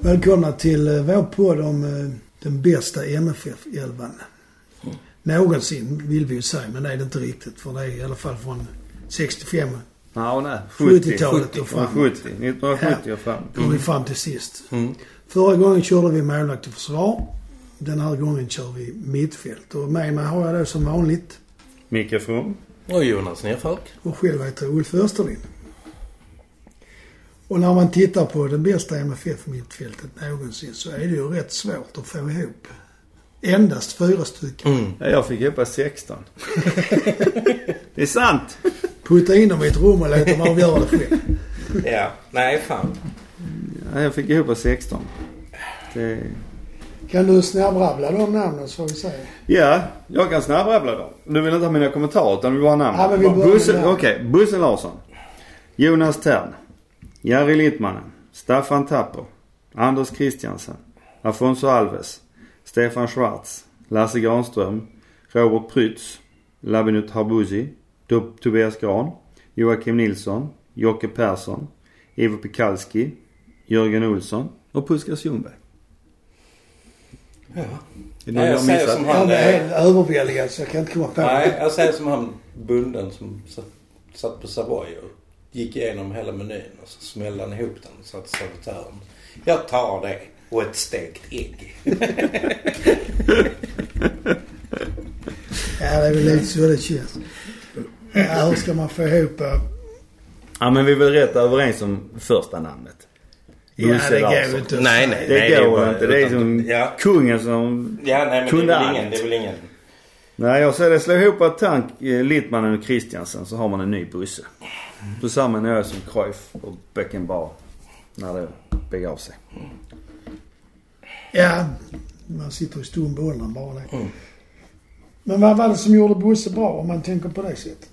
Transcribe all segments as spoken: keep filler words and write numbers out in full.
Välkomna till uh, vår podd om uh, den bästa M F F-elvan. Mm. Någonsin vill vi ju säga, men det är det inte riktigt. För det är i alla fall från sextiofem, ja, nej. sjuttiotalet och fram. sjuttio, nittonhundrasjuttio och fram. Kom vi fram till sist. Mm. Förra gången körde vi målvakt och försvar. Den här gången kör vi mittfält. Och med mig har jag då som vanligt Micke From och Jonas Nerfalk. Och själv heter Ulf Österlind. Och när man tittar på den bästa M F F-mittfältet någonsin så är det ju rätt svårt att få ihop. Endast fyra stycken. Mm. Ja, jag fick ihop sexton. Det är sant. Putta in dem i ett rum och låta dem avgöra det själv. Ja, nej fan. Ja, jag fick ihop sexton. Det... Kan du snabbrabbla de namnen så vi säger? Ja, jag kan snabbrabbla dem. Du vill inte ha mina kommentarer utan du vill ha namn. Ja, men vi Busse, okej, okay. Busse Larsson. Jonas Tern. Jari Littmannen. Staffan Tapper. Anders Christiansen. Afonso Alves. Stefan Schwarz. Lasse Granström. Robert Prytz. Labinut Harbuzi. Tobias Gran. Joakim Nilsson. Jocke Persson. Ivo Pikalski. Jörgen Olsson. Och Puskas Ljungberg. Ja. Det är någon jag missat. Som han, jag är helt överväldigad så jag kan inte komma på. Nej, jag säger som han bunden som satt på Savoy och gick igenom hela menyn och så smällde han ihop den och satt servitören. Jag tar det och ett stekt ägg. Ja, det är väl lite så det känns. Ja, hur ska man få ihop? Ja, men vi är väl rätt överens om första namnet. Ja, det går inte. Nej, nej. Det nej, går det bara, inte. Det är som ja. Kungen som ja, nej, men kunde det är väl allt. ingen, det är väl ingen. Nej, jag säger det. Slå ihop att Tank, Littmannen och Christiansen så har man en ny busse. På samma nivå som Cruyff och Beckenbauer när det begav sig. Ja, man sitter i stum på åldern bara det. Mm. Men vad var det som gjorde Busse bra om man tänker på det sättet?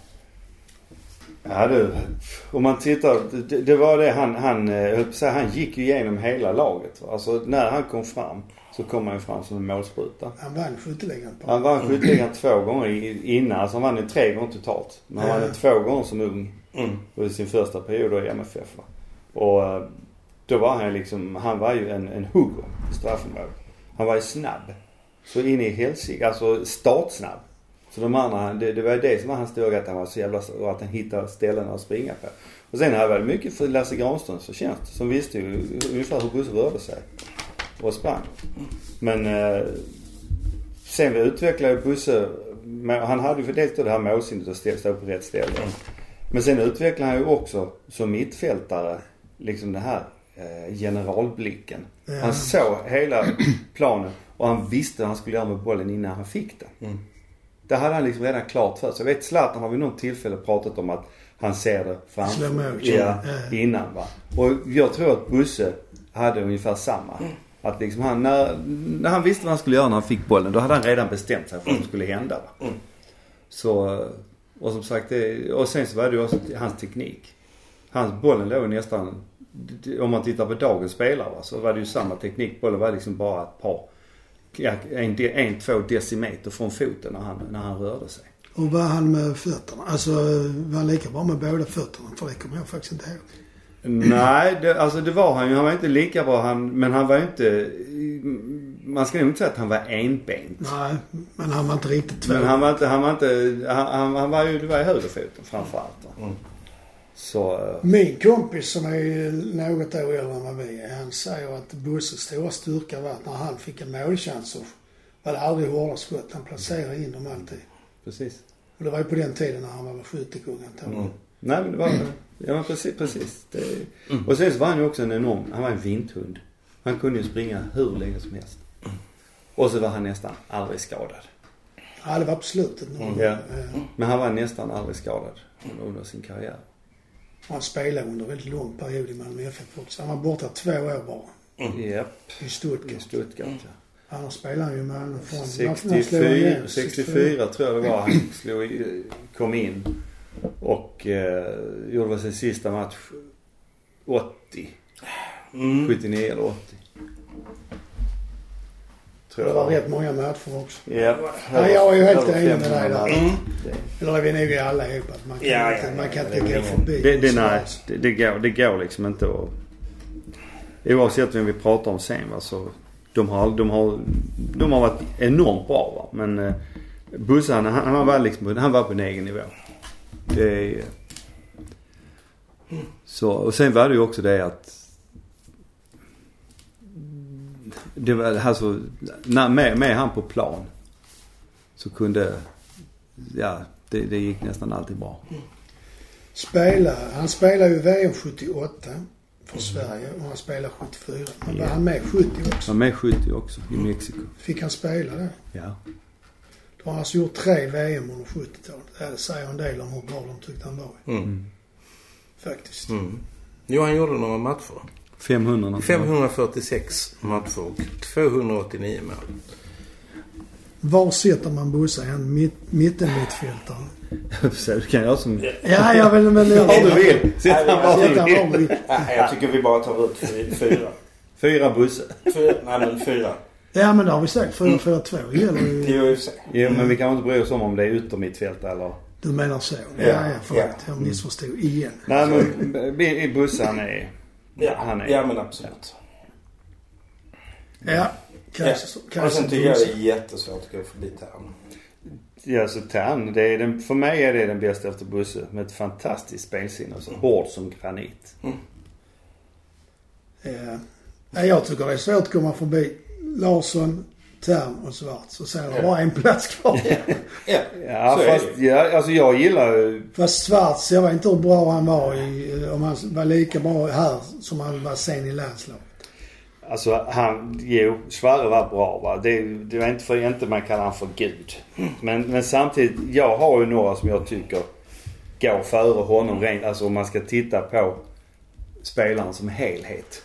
Ja du, om man tittar, det, det var det han, han, säga, han gick ju igenom hela laget. Alltså när han kom fram så kom han ju fram som en målspruta. Han vann skytteligan på. Han vann skytteligan två gånger innan, alltså han vann ju tre gånger totalt. Men han vann ju två gånger som ung Mm. under sin första period i M F F. Och då var han liksom, han var ju en, en hugger i straffområdet. Han var ju snabb. Så in i helsike, alltså startsnabb. Så de andra, det, det var det som var hans styrka, att han var så jävla, och att han hittade ställen att springa på. Och sen hade det mycket för Lasse Granström så känns det, som visste ju ungefär hur Busse rörde sig och sprang. Men eh, sen vi utvecklade Busse, han hade ju för dels det här målsinnet att stå på rätt ställe. Men sen utvecklade han ju också som mittfältare liksom den här eh, generalblicken. Ja. Han såg hela planen och han visste vad han skulle göra med bollen innan han fick den. Mm. Det hade han liksom redan klart för sig. Jag vet, Zlatan har vid något tillfälle pratat om att han ser det framför ja, innan va. Och jag tror att Busse hade ungefär samma. Mm. Att liksom han, när, när han visste vad han skulle göra när han fick bollen, då hade han redan bestämt sig för vad som skulle hända va. Mm. Så, och som sagt, det, och sen så var det ju också hans teknik. Hans bollen låg nästan, om man tittar på dagens spelare va, så var det ju samma teknik. Bollen var liksom bara ett par En, en, två decimeter från foten när han, när han rörde sig. Och var han med fötterna? Alltså var han lika bra med båda fötterna? För det kommer jag faktiskt inte ihåg. Nej, det, alltså det var han ju. Han var inte lika bra. Han, men han var inte... Man ska nog inte säga att han var enbent. Nej, men han var inte riktigt två. Men han var inte... Han var, inte, han, han var ju det var i högerfoten framförallt. Mm. Så, min kompis som är något år äldre än vad vi är, han säger att Busses stora styrka var att när han fick en målchans så var det aldrig hårda skott. Han placerade in dem alltid. Precis. Och det var ju på den tiden när han var skyttekung. Mm. Nej men det var ja men precis. precis. Det, mm. Och sen så var han ju också en enorm, han var en vinthund. Han kunde ju springa hur länge som helst. Mm. Och så var han nästan aldrig skadad. Ja det var på slutet. Mm. Ja. Men han var nästan aldrig skadad under sin karriär. Han spelade under en väldigt lång period i Malmö F F också. Han var borta två år bara. Mm. Yep. I Stuttgart. I Stuttgart, mm. ja. Han spelade ju Malmö från... sextiofyra, sextiofyra tror jag det var. Han slog, kom in och eh, gjorde sin sista match åttio. Mm. sjuttionio eller åttio. Tror det var rätt många matcher också. Ja, ja jag är ju helt enig med dig där. Mm. Eller är vi nog alla ihop att man kan ja, inte, ja, man kan ja, inte gå ingen... förbi. Det, det, nej, det, det, går, det går liksom inte att... oavsett vem vi pratar om sen va, så de har, de har, de har varit enormt bra va. Men eh, Bosse han, han var liksom, han var på en egen nivå. Det är, så, och sen var det ju också det att det var alltså när, med, med han på plan så kunde ja det, det gick nästan alltid bra. Spela, han spelade ju V M sjuttioåtta för Sverige och han spelade sjuttiofyra. Men var Ja. han med sjuttio också? Han var med sjuttio också i Mexiko. Fick han spela det? Ja. Då har han alltså gjort tre V M under sjuttiotalet. Ja, det säger en del om hur bra de tyckte han var. Mm. Faktiskt. Mm. Jo, han gjorde några matcher. femhundra femhundrafyrtiosex matcher och tvåhundraåttionio mål. Var sätter man Bosse? En mitt, mittenmittfältare? Så du kan göra som Ja, jag vill men jag om du vill. Sätt han bara Sätta till. var vi. Nej, jag tycker vi bara tar ut fy- fyra. Fyra Bosse. fyra. Nej, men fyra. Ja, men då har vi sagt fyra fyra två. Gäller ju. Det är ju så. Jo, men vi kan inte bry oss om om det är yttermittfält eller. Du menar så? Ja, Ja, ja, förlåt. ja. Jag missförstod igen. Nej, men i Bosse han är Ja, han är ja men absolut. Ja, Ja. kanske Och kanske sen tycker jag det Bosse. är jättesvårt att gå förbi Tern. ja så Tern, det är den för mig är det den bästa efter Bosse med ett fantastiskt spelsinne så hård som granit. Ja. Ja, jag tycker det är svårt att komma förbi Larsson, Tern och Svarts. Och sen är det Ja. bara en plats kvar. Ja, Ja, så är fast det. ja, alltså jag gillar ju Fast Svarts, jag vet inte hur bra han var i, om han var lika bra här som han var sen i landslaget. alltså han jo Sverre var bra va. Det det var inte för inte man kallar han för gud. Men men samtidigt jag har ju några som jag tycker går före honom rent alltså om man ska titta på spelaren som helhet.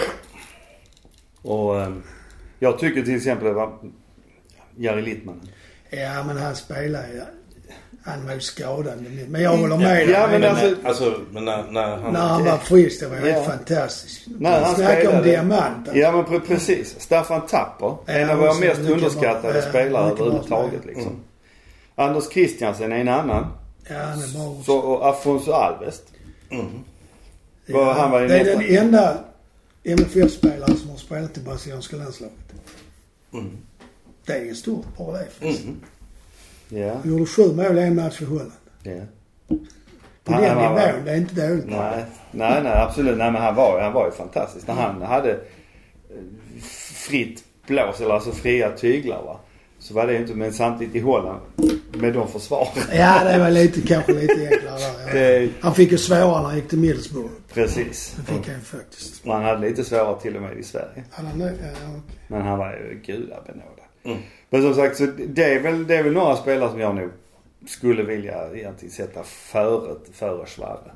Och um, jag tycker till exempel det var Jari Littman. Ja, men han spelar ju. Han var ju skadad. Men jag håller med Ja, dig. men Men, alltså- alltså, men när, när han... När han var frisk, det var ju Ja. helt fantastiskt. Nej, han Snacka om spelade- diamant. alltså. Ja men pre- precis. Staffan Tapper. Ja, en av våra också mest mycket underskattade bra. Ja, spelare mycket bra överhuvudtaget spelare. liksom. Anders Christiansen är en annan. Ja, han är bra också. Så, och Afonso Alves. Mm. Vad han var i det är nästan- den enda M F F-spelaren som har spelat i brasilianska landslaget. Mm. Det är ju stort bara det faktiskt. Mm. Ja. Han gjorde sju mål i en match i Holland. ja. På Han- den han var- nivån, det är inte dåligt. Nej, nej, nej absolut. Nej men han var, han var ju fantastisk. När han hade eh, fritt blås eller alltså fria tyglar va. Så var det ju inte, men samtidigt i Holland med de försvar. Ja, det var lite, kanske lite enklare där. Ja. Det, Han fick ju svårare när han gick till Middlesbrough. precis. Det fick han ju faktiskt. Och han hade lite svårare till och med i Sverige. Han har nu, ja, okej. Men han var ju gudabenådad. Mm. Men som sagt så det är väl, det är väl några spelare som jag nog skulle vilja egentligen sätta före, före Sverre.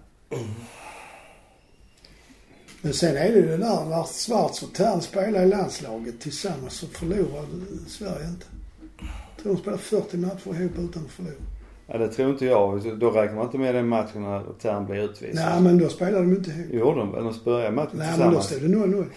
Men sen är det ju det där när Svarts och Tern spelar i landslaget tillsammans så förlorar Sverige inte. Jag tror de spelar fyrtio matcher ihop utan att förlora. Ja det tror inte jag. Då räknar man inte med den matchen när Tern blir utvisad. Nej, men då spelar de inte ihop. Gjorde de väl? De började matchen Nej, men då tillsammans. stod det noll noll.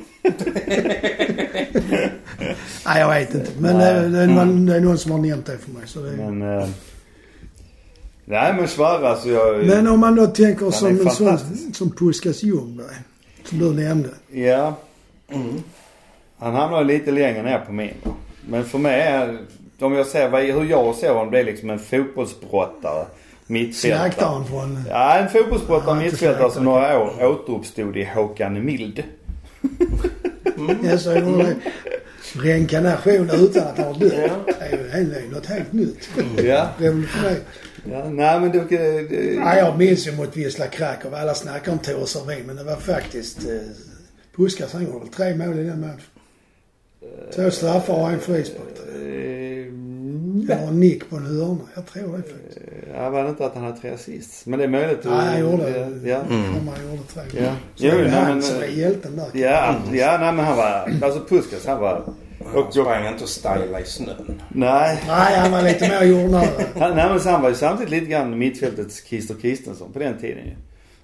Nej, jag vet inte. Men Nej. det, det, är någon, det är någon som har nämnt det för mig. Så det är... Men... Eh, nej men Sverre alltså jag... Men om man då tänker är som, som, fantastisk. som Puskas Ljungberg, som du nämnde. Ja. Mm. Han hamnar lite längre ner på min. Men för mig är... Om jag ser vad, hur jag ser honom blir liksom en fotbollsbrottare. Mittfältare. Slaktaren från... Ja, en fotbollsbrottare Ja, inte mittfältare som slaktare. några år återuppstod i Håkan Mild. Ja, så är det reinkarnation utan att ha dött. Det är ju helt- det är något helt nytt. Ja. Revolutionärt. Ja, nej men det... det Ja, jag minns ju mot Wisla Krakow. Alla snackar om Tore Servin, men det var faktiskt... Eh, Puskas, han gjorde väl tre mål i den matchen. Två straffar och en frispark. Eh, Eller en nick på en hörna. Jag tror det faktiskt. Jag var inte att han hade tre assist. Men det är möjligt. Nej, han gjorde det. Ja. Mm. Han gjorde tre. Ja. Så det är Jo, ju nej, han men- som är hjälten där. Ja, ja, nej men han var... Alltså Puskas, han var... Han sprang inte och stylade i snön. Nej. Nej, han var lite mer jordnära. Han, nej men så han var ju samtidigt lite grann mittfältets Christer Kristensson på den tiden ju.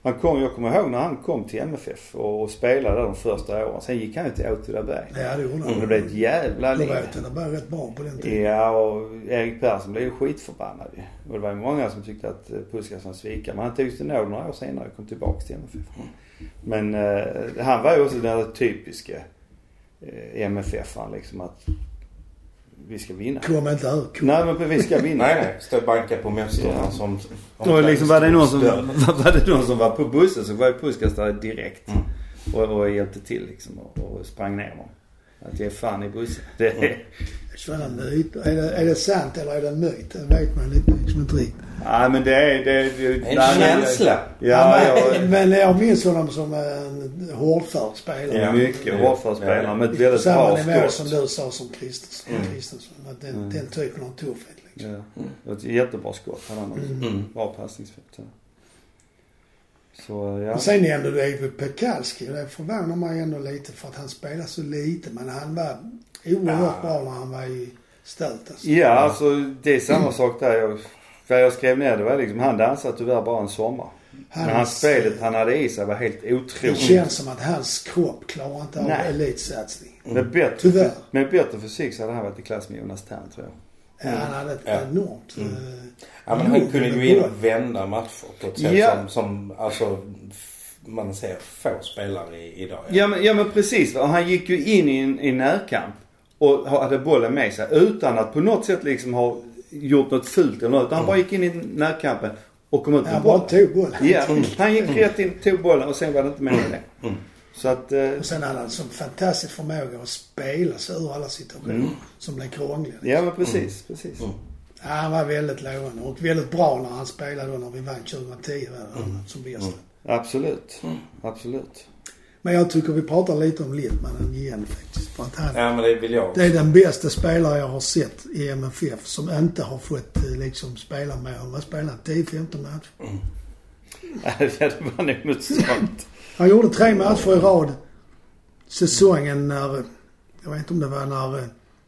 Han kom, jag kommer ihåg när han kom till M F F och, och spelade de första åren. Sen gick han ju till Åtvidaberg. Ja, det gjorde han. Och det blev ett jävla liv. Åtvidaberg rätt bra på den tiden. Ja, och Erik Persson blev ju skitförbannad. Och det var ju många som tyckte att Puskas var svika. Men han tog sig nåd några år senare och kom tillbaka till M F F. Men eh, han var ju också den typiska eh, M F F-an liksom att vi ska vinna. Kom inte över. Nej, men vi ska vinna. nej, nej. Stå banka på mästarna ja. som... Då liksom var det någon som var, det någon som var på bussen så var ju Puskas där direkt. Mm. Och, och hjälpte till liksom och, och sprang ner dem. Att ge fan i bussen. Det är... Mm. Är det, är, det, är det sant eller är det en myt? Det vet man lite, liksom inte riktigt. Nej, men det är... Det, det, det är en känsla. Ja, ja, men, jag, men jag minns honom som en hårdför spelare. Ja, mycket hårdför spelare. Ja. Men ett väldigt bra skott. Samma som du sa som Kristensson. Mm. Den, mm. den typen av tuffhet. Liksom. Ja. Det var ett jättebra skott. Han hade mm. bra passningsfält. Så, ja. Och sen nämnde du Evo Pekalski. Det förvånar mig ändå lite för att han spelar så lite. Men han var oerhört ja. bra när han var i stöt. Alltså. Ja, alltså det är samma mm. sak där. Jag, för jag skrev ner det var liksom, han dansade tyvärr bara en sommar. Hans, men hans spelet han hade i sig var helt otroligt. Det känns som att hans kropp klarar inte av elitsatsning. Mm. Med, bättre, tyvärr. Med bättre fysik så hade han varit i klass med Jonas Tern, tror jag. Mm. Ja, han hade ett ja. enormt... Mm. Uh, ja, men han kunde ju in och vända matcher på ett sätt ja. som, som alltså, man ser få spelare i, idag. Ja. Ja, men, ja, men precis. Och han gick ju in i en i närkamp och hade bollen med sig utan att på något sätt liksom ha gjort något fult eller något. Mm. Han bara gick in i närkampen och kom ut med bollen. Han bara tog bollen. Ja, han gick rätt in, tog bollen och sen var det inte mer med det. Mm. Så att, eh, och sen hade han som fantastisk förmåga att spela sig ur alla situationer mm. som blev krångliga. Ja, men precis, mm. precis. Mm. Ja, han var väldigt lovande och väldigt bra när han spelade då när vi vann tjugohundratio mm. som bäst. Mm. Absolut, mm. absolut. Men jag tycker vi pratar lite om Littmannen igen faktiskt. För att han, ja, men det vill jag. Det är den bästa spelare jag har sett i M F F som inte har fått liksom spela med. Han har spelat tio femton matcher. Mm. Ja, det var nog något sånt. Han gjorde tre matcher i rad säsongen när, jag vet inte om det var när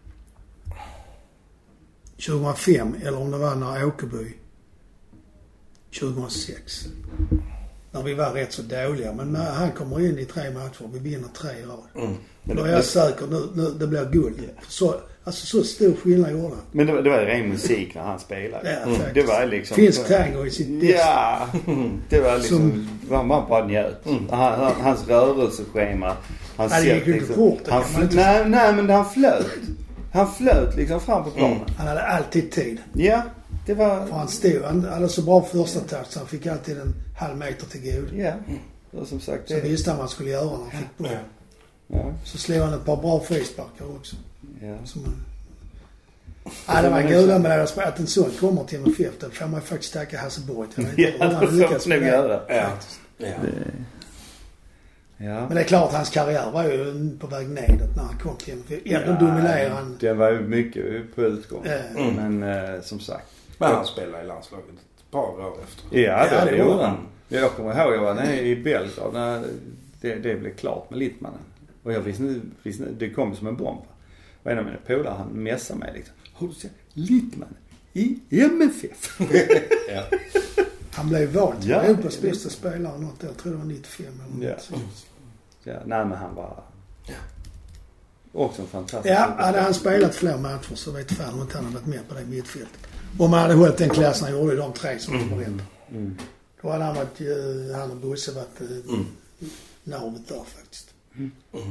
tjugohundrafem eller om det var när Åkerby tjugohundrasex. När vi var rätt så dåliga. Men när han kommer in i tre matcher vi vinner tre i rad. Mm. Då är jag säker, nu, nu, det blir guld. Yeah. Så, alltså så stor skillnad gjorde han. Men det var, det var ren musik när han spelade. Ja, mm. Det var liksom... Finsk tango i sitt bästa. Ja, det var liksom... Som, man bara njöt. Mm. Han, han, hans rörelseschema. Han ja, det gick ju inte fort. Han, inte... nej, nej, men han flöt. Han flöt liksom fram på planen. Mm. Han hade alltid tid. Ja, det var... För han stod, han hade så bra första touch så han fick alltid en halv meter till god. Ja, och som sagt... Så det... visste han vad han skulle göra när han fick ja. Bra. Ja. Så slog han ett par bra frisparkar också. Ja. Som man... Ja, det var gudan med det att en sån kommer till M F F. Då får man faktiskt tacka Hasselborg till. Ja, det får man nog göra. Ja. Ja. Det... Ja. Men det är klart hans karriär var ju på väg nedåt när han kom till M F F. Ändå ja, dominerade han. Det var ju mycket på utgång. Mm. Men eh, som sagt. Men han spelade i landslaget ett par år efter. Ja, det, ja, det gjorde han. Jag kommer ihåg jag var nere i Belgrad när det, det blev klart med Littmannen. Och jag visste, visste det kom som en bomb. Och en av mina polare han mässade mig liksom. Har du sett Littmannen i M F F? Ja. Han blev vald till ja, Europas bästa spelare något jag tror det var nittiofem eller något. Ja. Ja, nej men han var ja. Också en fantastisk. Ja, hade han spelat fler matcher så vet fan om inte han hade varit med på det mittfältet. Om han hade hållit den klassen han gjorde i de tre som mm. var rätt. Mm. Då hade han varit, han och Bosse varit mm. navet där faktiskt. Mm. Mm.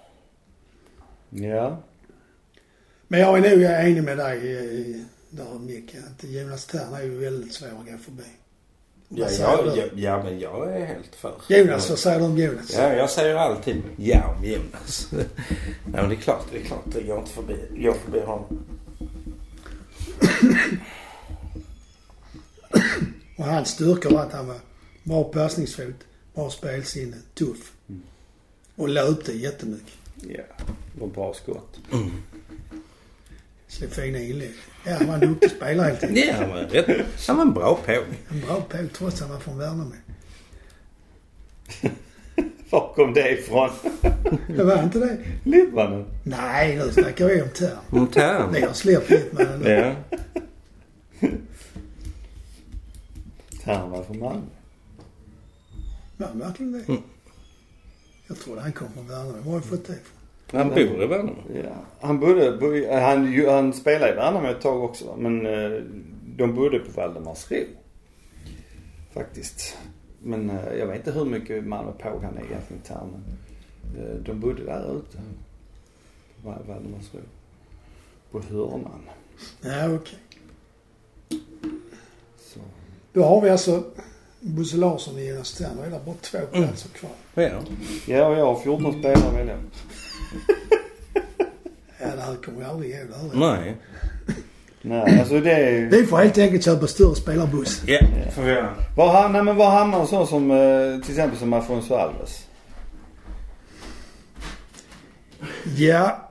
Ja. Men jag är nog enig med dig där Micke att Jonas Tern är ju väldigt svår att gå förbi. Ja, ja, ja, ja, men jag är helt för. Jonas, vad säger du om Jonas? Ja, jag säger alltid ja om Jonas. Nej, men det är klart, det är klart. Det går inte förbi. Jag förbi honom. Och hans styrka var att han var bra passningsfot, bra spelsinne, tuff. Mm. Och löpte jättemycket. Ja, och bra skott. Mm. Så fina inlägg. Ja, han var en duktig spelare helt enkelt. Ja, han var rätt. Han var en bra på. En bra på trots att han var från Värnamo. Var kom det ifrån? Det var inte det. Littmannen? Nej, nu snackar vi om Tern. Om Tern? Ni har släppt Littmannen nu. Ja. Tern var från Malmö. Var han verkligen det? Mm. Jag trodde han kom från Värnamo. Var har jag fått det ifrån? Han bor i Värnamo. Ja. Han bodde, bodde han, han spelade i Värnamo ett tag också. Men eh, de bodde på Valdemarsro. Faktiskt. Men eh, jag vet inte hur mycket man och på han är egentligen här. Men eh, de bodde där ute. På Valdemarsro. På hörnan. Ja, okej. Okay. Så. Då har vi alltså Bosse Larsson i ena stjärn. Då är det bara två platser kvar. Vad är det? Ja, och jag har fjorton spelare att välja. Ja, det här kommer jag aldrig ihåg. Nej. Nej, alltså det är... Vi får helt enkelt köpa större spelarbuss. Ja, yeah, får vi göra. Var, nej, men var hamnar så som till exempel som Afonso Alves? Ja.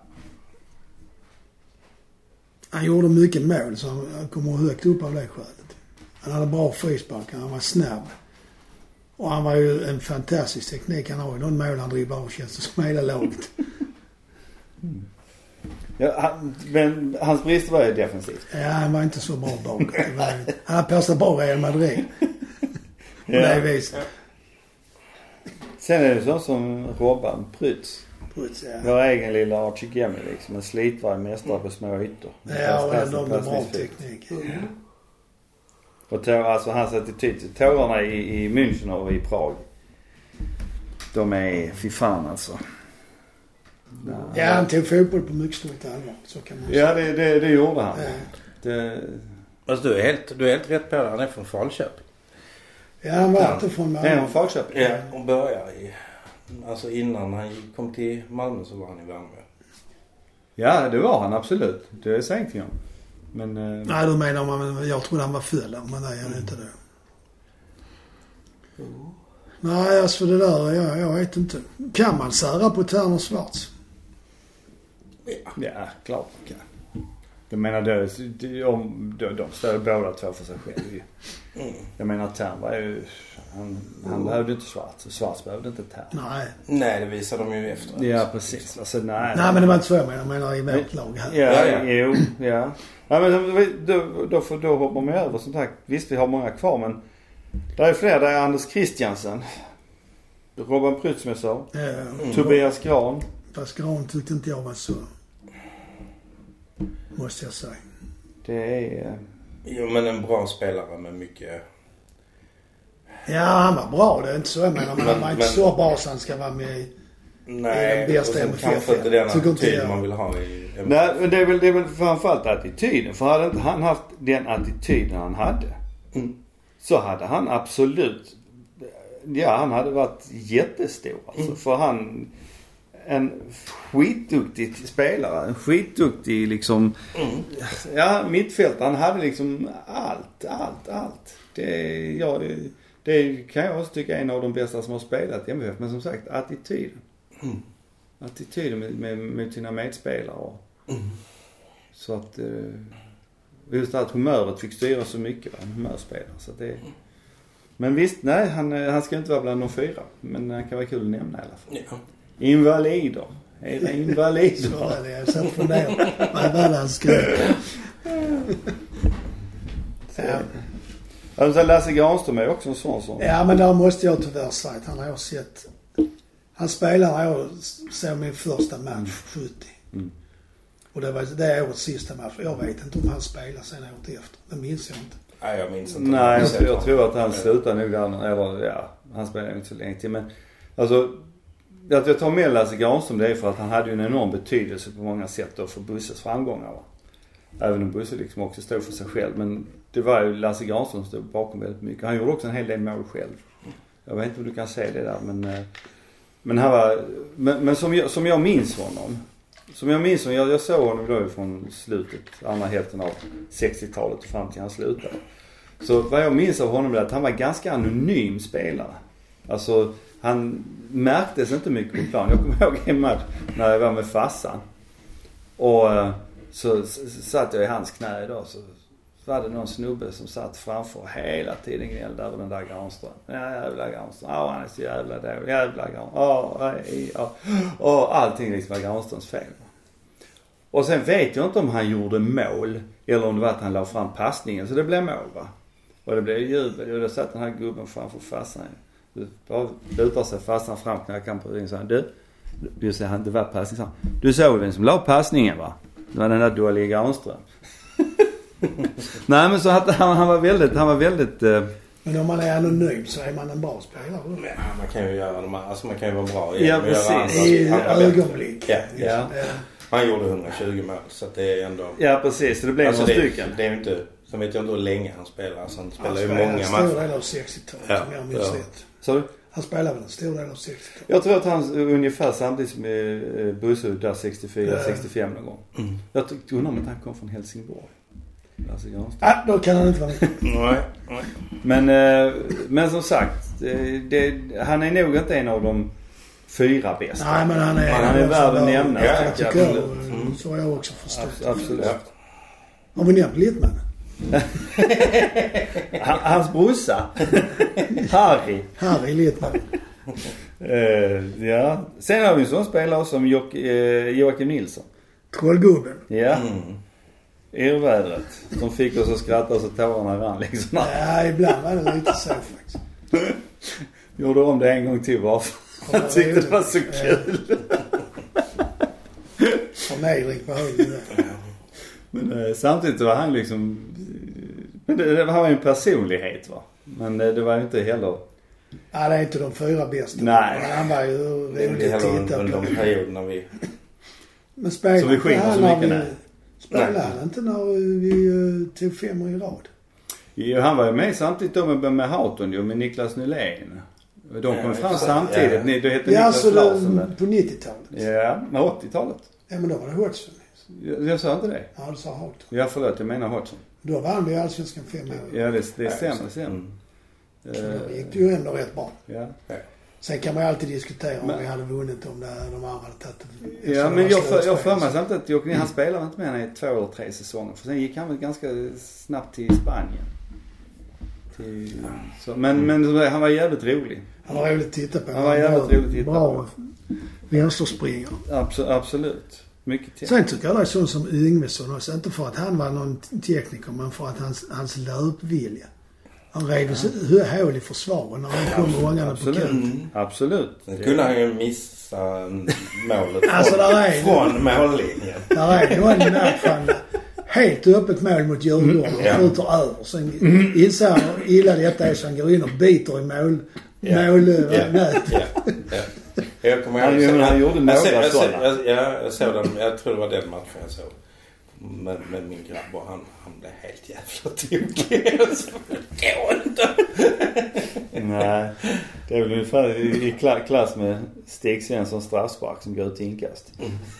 Han gjorde mycket mål så han kommer högt upp av det skälet. Han hade bra frisparkar, han var snabb. Och han var ju en fantastisk teknik. Han har ju någon mål han dribbar och känns som hela laget. Mm. Ja, han, men hans brist var ju defensivt. Ja, han var inte så bra bak. Han hade passat bra Real Madrid. På ja. Det viset. Sen är det så som Robban Prytz. Prytz, ja. Vår egen lilla Archie Gemmy liksom. En slitvarg mästare på små ytor. Ja, och ändå med bra teknik. Mm. Och tå, alltså hans attityd. Tårarna i, i München och i Prag. De är fy fan alltså. Ja, han tog fotboll på mycket stort allvar. Så kan man ja, det, det, det gjorde han. Ja. Det... Alltså du är helt, du är helt rätt på det. Han är från Falköping. Ja, han var inte från Malmö. Ja, han från Falköping. Ja, och började i... Alltså innan han kom till Malmö så var han i Värmö. Ja, det var han absolut. Det är sänkt igen. Men... Eh... Nej, du menar man, jag trodde han var född där, men nej, han är inte det. Mm. Nej, alltså det där, jag, jag vet inte. Kan man sära på Tärner Svarts? Ja, ja klart man kan. Jag menar, det, det, om, de, de står båda två för sig själv. Mm. Jag menar, Tärn var ju... Han, han mm. behövde inte Svarts. Svarts behövde inte Tärn. Nej. Nej, det visar de ju efter. Ja, precis. Alltså, nej, nej, men det var inte så jag menar. Jag menar i vårt lag här. Ja, ja, ja. Jo, ja. Ja, men då, då, då, då hoppar man över. Som sagt, visst vi har många kvar, men det är fler. Det är Anders Christiansen. Robban Prytz som jag sa. Ja, mm. Tobias Gran. Fast Gran tyckte inte jag var så... Måste jag säga. Det är... Jo, men en bra spelare med mycket... Ja, han var bra. Det är inte så jag menar. Men han var inte så bra så han ska vara med i... Nej, i den bästa och sen kanske inte den attityd man vill ha i... Nej, men det är väl, det är väl framförallt attityden. För hade inte han haft den attityden han hade, mm. så hade han absolut... Ja, han hade varit jättestor. Alltså, mm. För han... En skitduktig spelare. En skitduktig liksom... Mm. Ja, mittfält. Han hade liksom allt, allt, allt. Det, ja, det, det kan jag också tycka är en av de bästa som har spelat i M F F. Men som sagt, attityd. Mm. Attityd med, med, med sina medspelare. Mm. Så att... Just att humöret fick styra så mycket. En humörspelare. Så att det... Men visst, nej, han, han ska inte vara bland de fyra. Men han kan vara kul att nämna i alla fall. Ja. Invalider. Är det invalider? Så är det. Jag satt för det. Vad var det han skrev? Ja. Alltså Lasse Granström är också en sån sån. Ja, men där måste jag tyvärr säga att han har sett... Han spelar när jag såg min första match, sjuttio. Mm. Och det var det årets sista match. Jag vet inte om han spelar sen året efter. Det minns jag inte. Nej, jag minns inte. Nej, jag, jag tror att han slutar nog där. Eller ja, han spelar inte så länge till. Men alltså... Att jag tar med Lasse Granström, det är för att han hade ju en enorm betydelse på många sätt då för Busses framgångar. Va? Även om Busse liksom också stod för sig själv. Men det var ju Lasse Granström som stod bakom väldigt mycket. Han gjorde också en hel del mål själv. Jag vet inte om du kan säga det där. Men, men, han var, men, men som, jag, som jag minns honom. Som jag minns honom, jag, jag såg honom då från slutet, andra hälften av sextiotalet och fram till han slutade. Så vad jag minns av honom är att han var ganska anonym spelare. Alltså... Han märktes inte mycket på plan. Jag kommer ihåg en match när jag var med Fassan. Och så, så, så satt jag i hans knä idag. Så, så var det någon snubbe som satt framför hela tiden gnällde över den där Granström. Ja, jävla Granström. Ja, han är så jävla dålig. Jävla Granström. Ja, ja. Och allting liksom var Granströms fel. Och sen vet jag inte om han gjorde mål. Eller om det var att han la fram passningen. Så det blev mål, va. Och det blev jubel. Och då satt den här gubben framför Fassan. Bara lutar sig, fastnar fram, knackar på ryggen och säger du, du säger han, det var passning. Du såg vem som la passningen, va? Det var den där Dolly Granström. Nej, men så att han, han var väldigt, han var väldigt... Uh... Men om man är anonym så är man en bra spelare. Ja, man kan ju göra de, alltså man kan ju vara bra. Ja, precis. I ögonblick. Ja, ja. Ja. Han gjorde hundratjugo mål, så att det är ändå... Ja, precis. Så det blev alltså några det, stycken. Det är ju inte... Så vet jag inte hur länge han spelar. Alltså han spelar han ju spelar många en matcher. stor del av sextiotalet, Ja, om jag minns ja. rätt. Så du? Han spelar väl en stor del av sextiotalet. Jag tror att han ungefär samtidigt med uh, Busse där sextiofyra Ja. sextiofem någon gång. Mm. Jag undrar om att han kom från Helsingborg. Alltså, ah, då kan han inte vara med. Nej, nej. Men, uh, men som sagt, det, det, han är nog inte en av de fyra bästa. Nej, men han är... Han är värd att nämna. Ja, Jag tycker jag, mm. så har jag också förstått. Abs- absolut. Ja. Har vi nämnt Littman? Hans brorsa Harry. Harry Littman. uh, ja. Sen har vi en sån spelare som jo- uh, Joakim Nilsson. Trollgubben. Ja. Mm. Irrvädret. Som fick oss att skratta så tårarna rann liksom. Ja, ibland var det lite så faktiskt. Gjorde om det en gång till varför. Jag tyckte det var så kul. Förnedring på hög nivå. Men eh, samtidigt var han liksom... Men det, det var ju en personlighet, va? Men eh, det var ju inte heller... Ja, det är inte de fyra bästa. Nej. Men han var ju Det är inte roligt att heller titta under på. de perioderna vi... Men spelade Så vi skiner så mycket, nej. Spelade han inte när vi uh, tog fem i rad? Jo, han var ju med samtidigt då med, med Houghton ju, med Niklas Nylén. De kom Ja, fram så, samtidigt. ja. Ni, det hette Ja, Niklas så Larsson. det, på nittiotalet. Ja, med åttiotalet. Ja, men då var det Hodgson. Jag, jag sa inte det. Ja, du sa Houghton. Ja, förlåt, jag menar Hodgson. Då vann vi Allsvenskan fem år. Ja, det, det stämmer sen. Mm. Så då gick det ju ändå rätt bra. Ja. Sen kan man ju alltid diskutera om Men- vi hade vunnit om det, de andra hade tagit det. Ja, Så men det var jag för, jag slutspel. för mig samtidigt att Joakim, han spelade inte med henne i två eller tre säsonger. För sen gick han väl ganska snabbt till Spanien. Till, så, men, men han var jävligt rolig. Han var roligt att titta på. Han var jävligt roligt att titta bra på. vänsterspringare. Absolut, absolut. Mycket till. Sen tycker jag det är sån som Yngvesson också. Inte för att han var någon tekniker, men för att hans, hans löpvilja. Han rev ja. hål i försvaret när han kom ångande på Absolut. kul. Mm. Absolut. Sen kunde han ju missa målet Alltså, från, där är- från mållinjen. Där är det en match han helt öppet mål mot Djurgården och Ja. skjuter över. Sen inser han hur illa detta är så han går in och biter i mål, Ja. målnät. Ja, ja. Jag kommer Han- ihåg... han gjorde några jag, såg- jag, såg- sådana. jag, jag, jag såg den, jag tror det var den matchen jag såg. Med, med min grabb och han, han blev helt jävla tokig. Alltså, det går inte. Nej, det är väl ungefär i, i kla, klass med Stig Svensson straffspark som går ut i inkast.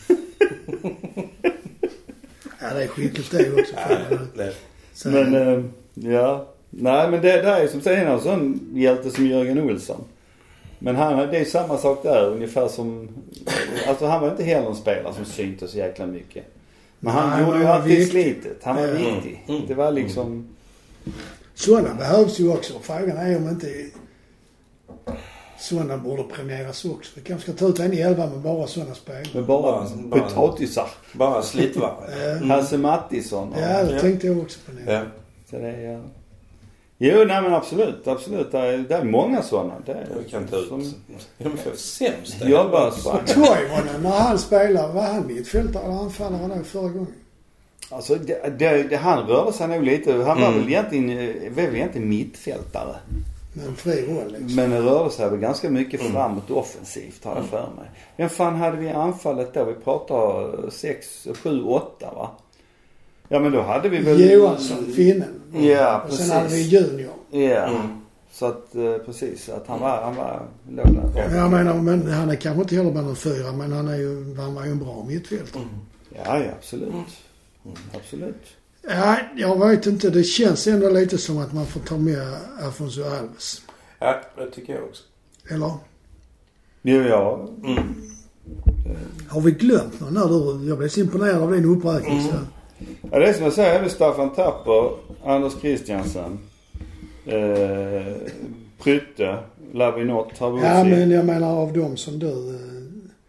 Ja, det är skickligt det också. Det- Så, Men, eh, ja. Nej, men det, det är som säger en sån hjälte som Jörgen Olsson. Men han, det är samma sak där, ungefär som... Alltså han var inte heller en spelare som syntes så jäkla mycket. Men han Nej, gjorde han ju var alltid viktig. slitet. Han var Mm. viktig. Mm. Det var liksom... sådana behövs ju också. Frågan är om inte sådana borde premieras också. Vi kanske ska ta ut en i elva med bara sådana spel. Med bara, Bara- bara- potatisar. Bara slitvarv. Mm. Hasse Mattisson. Och, Ja, det Ja. tänkte jag också på nu. Ja. så det är, ja. Jo, nej men absolut. Absolut. Det är, det är många sådana. Det är, Vi kan ta ut. som De är sämst. jobbar så. Toivonen, när han spelar, var han mittfältare eller anfallare då förra gången? Alltså det, det, det, han rörde sig nog lite. Han var Mm. väl egentligen, var väl egentligen mittfältare. Med en fri roll liksom. Men det rörde sig väl ganska mycket Mm. framåt offensivt har jag för mig. Men fan hade vi anfallet då? Vi pratar sex, sju, åtta va? Ja men då hade vi väl... Johansson, finnen. Ja, Och precis. sen hade vi Junior. Ja, Mm. så att eh, precis. Att han var, han var låg där. Ja. Jag menar, men han är kanske inte heller bland de fyra, men han är ju, han var ju en bra mittfältare. Mm. Ja, ja absolut. Absolut. Ja, jag vet inte. Det känns ändå lite som att man får ta med Afonso Alves. Ja, det tycker jag också. Eller? Jo, ja. Mm. Har vi glömt någon där? Jag blev så imponerad av din uppräkning. Mm. Så. Ja, det är som jag säger, är Staffan Tapper, Anders Christiansen, eh, Prytte, Lavinott, Havuzi. Ja, men jag menar av dem som du... Eh,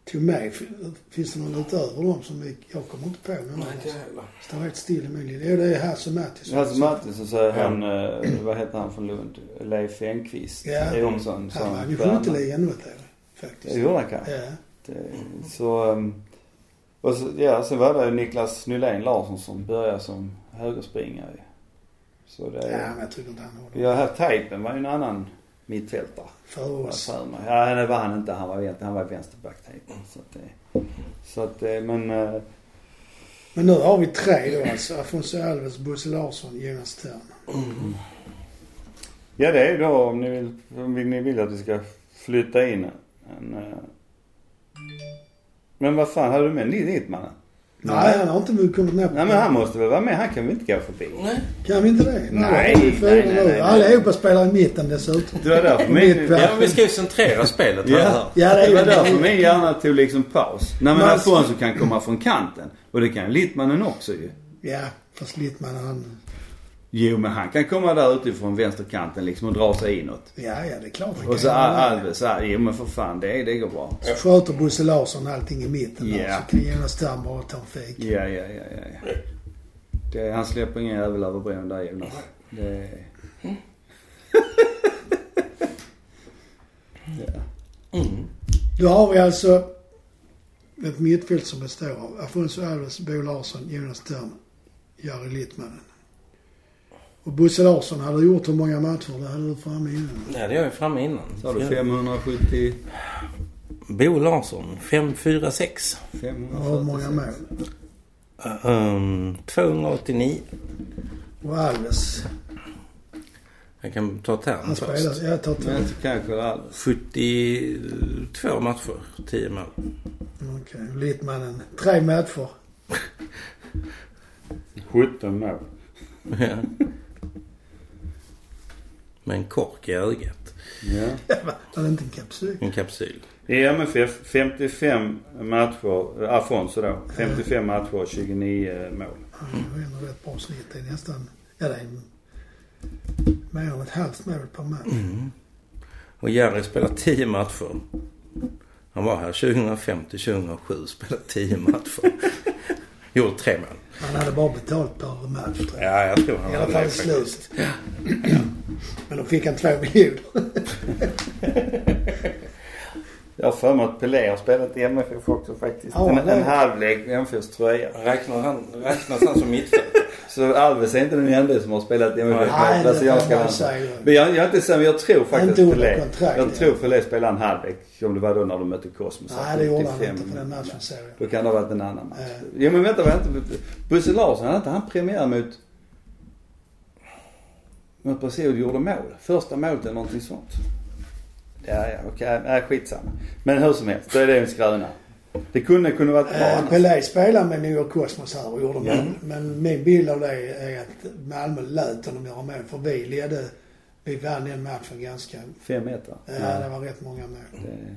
till mig. Finns det någon utöver dem som vi, jag kommer inte på? Nej, inte heller. Står helt still i min linje. Det är Hasse Mattisson. Hasse Mattisson så är han, ja. eh, vad heter han från Lund? Leif Enqvist. Ja. Är de sån, han var ju skytteligan nu faktiskt. Det gjorde han kanske. Ja. Det, så, och så, ja, sen var det Niklas Nylén Larsson som började som högerspringare. Så det, ja, men jag tycker inte han håller. Jag har haft Tejpen var ju en annan mittfältare. För oss. För mig. Ja, det var han inte. Han var, han var vänsterback Tejpen. Så att det, så att det, men... Men nu har vi tre då alltså. Afonso Alves, Bosse Larsson, Jonas Thern. Mm. Ja, det är då om ni vill, om ni vill att vi ska flytta in en... en men vad fan, har du med Lidmannen? Nej, han har inte kommit ner på. Nej, men han måste väl vara med. Han kan väl inte gå förbi? Nej. Kan vi inte det? Nej, nej, nej, nej, nej, nej. Allihopa spelar i mitten dessutom. Det var därför min... Ja, men vi ska ju centrera spelet här. Ja, ja, det, det var därför min hjärna tog liksom paus. Nej, men Man... Afonso kan komma från kanten. Och det kan Lidmannen också ju. Ja, fast Lidmannen han... Jo, men han kan komma där utifrån vänsterkanten liksom och dra sig inåt. Ja, ja, det är klart. Och så Alves, jo men för fan, det, det går bra. Så sköter Bosse Larsson allting i mitten yeah. där, så kan Jonas Thern bara ta en fik. Ja, ja, ja, ja. Det, han släpper ingen jävel över bron där, Jonas. Det... ja. Mm. Då har vi alltså ett mittfält som består av Afonso Alves, Bo Larsson, Jonas Thern, Jari Littmannen. Och Bosse Larsson hade gjort hur många matcher? Det hade du framme innan. Ja, det är jag framme innan. Så har du femhundrasjuttio... Bo Larsson, fem fyra sex. femhundrafyrtiosex. Hur många mål? Um, tvåhundraåttionio. Och Alves? Jag kan ta Thern Han först. spelar, jag tar Thern. Men så kanske Alves. sjuttiotvå matcher, tio mål. Okej, okay. Littmannen. Tre matcher. sjutton mål. Ja. Med en kork i ögat. Ja. Var det inte en kapsyl? En kapsyl. I M F F femtiofem matcher, Afonso då, femtiofem matcher och tjugonio mål. Ja, det är ändå rätt bra snitt. Det är nästan, ja det är mer än ett halvt mål per match. Mm. Och Jerry spelar tio matcher. Han var här tjugohundrafem till tjugohundrasju, spelade tio matcher. Gjorde tre mål. Han hade bara betalt per match, tror jag. Ja, jag tror han i alla fall i slutet. Ja. Men då fick han två miljoner. Jag har för mig att Pelé har spelat i M F F också faktiskt. Ja, en, det... en halvlek i M F Fs tröja. Räknar han, räknas han som mittfältare? Så Alves är inte den enda som har spelat i M F F. Nej, det brasilianska kan man land. säga. Men jag, jag är inte säker, jag tror faktiskt inte Pelé. kontrakt, jag ja. tror Pelé spelade en halvlek. Om det var då när de mötte Cosmos. Nej, det gjorde han inte för den matchen, ser jag. Då kan det ha varit en annan match. Äh. Ja, men vänta, vänta. Bosse Larsson, hade inte han premiär mot... mot Brasilien och gjorde mål? Första målet eller någonting sånt. Ja, ja, okej. Okay. Äh, skitsamma. Men hur som helst, då är det en skröna. Det kunde kunde varit bra äh, annars. Pelé spelade med New York Cosmos här och gjorde mål. Mm. Men min bild av det är att Malmö lät honom göra mål. För vi ledde, vi vann den matchen ganska... Fem meter. Ja, ja, det var rätt många mål. Det...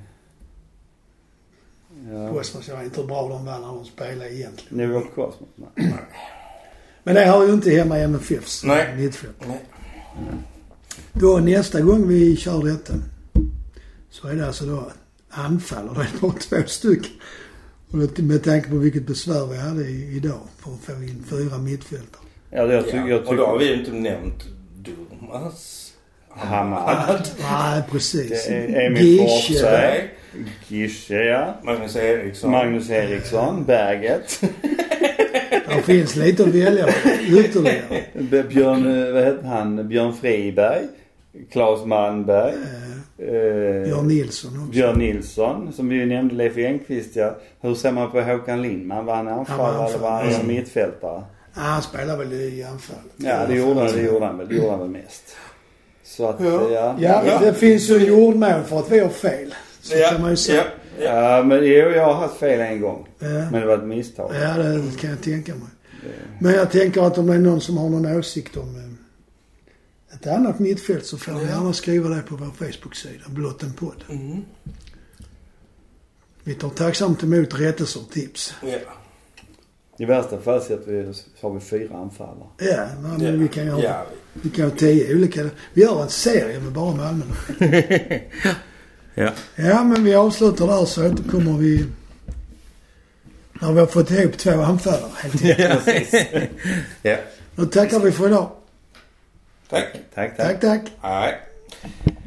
Ja. Cosmos var inte bra de vann när de spelade egentligen. New York Cosmos, nej. Men det har ju inte hemma i M F Fs mittfält. Nej. Då nästa gång vi kör detta så är det alltså då anfall och det är bara två stycken. Och det, med tanke på vilket besvär vi hade i, idag för att få in fyra mittfältare. Ja, det jag tycker, ja, jag tycker... Och då har vi ju inte nämnt Durmas. Hamad. Nej, precis. Emil Forsberg. Gische, ja. Magnus Eriksson. Magnus Eriksson. Berget. Det finns lite att välja ytterligare. Björn, vad heter han? Björn Friberg. Claes Malmberg. Eh, eh, Björn Nilsson också. Björn Nilsson, som vi ju nämnde, Leif Enqvist, ja. Hur ser man på Håkan Lindman? Var han anfallare eller var han mm. mittfältare? Ja, han spelar väl i anfallet. Ja, det gjorde han, det gjorde han väl. Det gjorde han väl mest. Så att, ja. Ja, ja, ja. Det finns ju jordmål för att vi har fel. Så ja. kan man ju säga. Ja, ja. ja men jo, jag har haft fel en gång. Ja. Men det var ett misstag. Ja, det kan jag tänka mig. Ja. Men jag tänker att om det är någon som har någon åsikt om ett annat mittfält så får ni gärna skriva det på vår Facebook-sida, blott en podd. Mm. Vi tar tacksamt emot rättelser och tips. Ja. I värsta fall så att vi har vi fyra anfallare. Ja, men ja. vi kan ju ha, ja. vi kan ha tio olika. Vi gör en serie med bara Malmö. ja. Ja, men vi avslutar där så återkommer vi När vi har fått ihop två anförare helt enkelt. Ja, precis. Ja. Då tackar vi för idag. Tack. Tack, tack. Tack, tack. Nej.